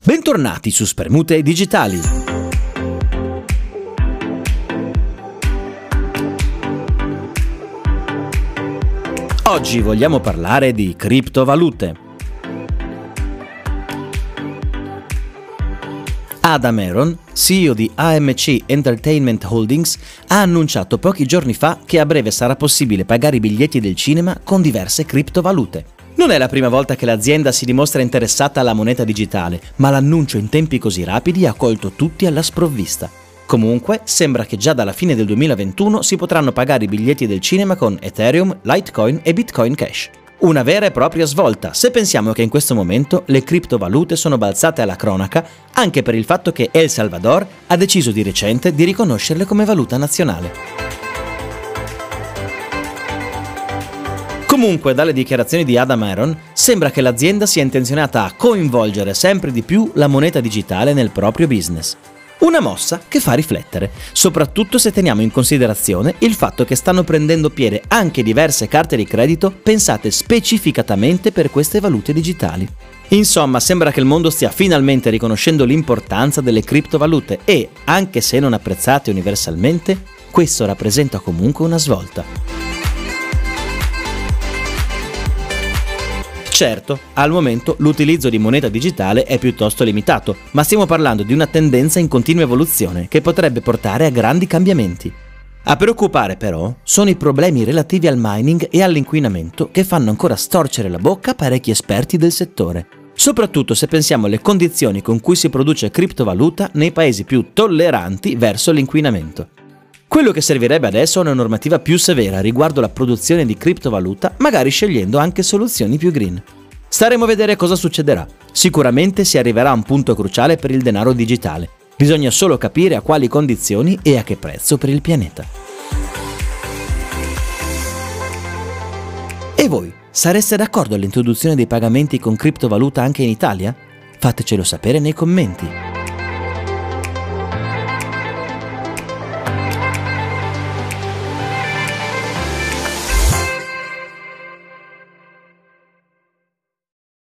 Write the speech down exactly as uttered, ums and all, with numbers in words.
Bentornati su Spermute Digitali. Oggi vogliamo parlare di criptovalute. Adam Aron, C E O di A M C Entertainment Holdings, ha annunciato pochi giorni fa che a breve sarà possibile pagare i biglietti del cinema con diverse criptovalute. Non è la prima volta che l'azienda si dimostra interessata alla moneta digitale, ma l'annuncio in tempi così rapidi ha colto tutti alla sprovvista. Comunque, sembra che già dalla fine del duemilaventuno si potranno pagare i biglietti del cinema con Ethereum, Litecoin e Bitcoin Cash. Una vera e propria svolta, se pensiamo che in questo momento le criptovalute sono balzate alla cronaca anche per il fatto che El Salvador ha deciso di recente di riconoscerle come valuta nazionale. Comunque, dalle dichiarazioni di Adam Aron, sembra che l'azienda sia intenzionata a coinvolgere sempre di più la moneta digitale nel proprio business. Una mossa che fa riflettere, soprattutto se teniamo in considerazione il fatto che stanno prendendo piede anche diverse carte di credito pensate specificatamente per queste valute digitali. Insomma, sembra che il mondo stia finalmente riconoscendo l'importanza delle criptovalute e, anche se non apprezzate universalmente, questo rappresenta comunque una svolta. Certo, al momento l'utilizzo di moneta digitale è piuttosto limitato, ma stiamo parlando di una tendenza in continua evoluzione che potrebbe portare a grandi cambiamenti. A preoccupare però sono i problemi relativi al mining e all'inquinamento che fanno ancora storcere la bocca a parecchi esperti del settore, soprattutto se pensiamo alle condizioni con cui si produce criptovaluta nei paesi più tolleranti verso l'inquinamento. Quello che servirebbe adesso è una normativa più severa riguardo la produzione di criptovaluta, magari scegliendo anche soluzioni più green. Staremo a vedere cosa succederà. Sicuramente si arriverà a un punto cruciale per il denaro digitale. Bisogna solo capire a quali condizioni e a che prezzo per il pianeta. E voi, sareste d'accordo all'introduzione dei pagamenti con criptovaluta anche in Italia? Fatecelo sapere nei commenti.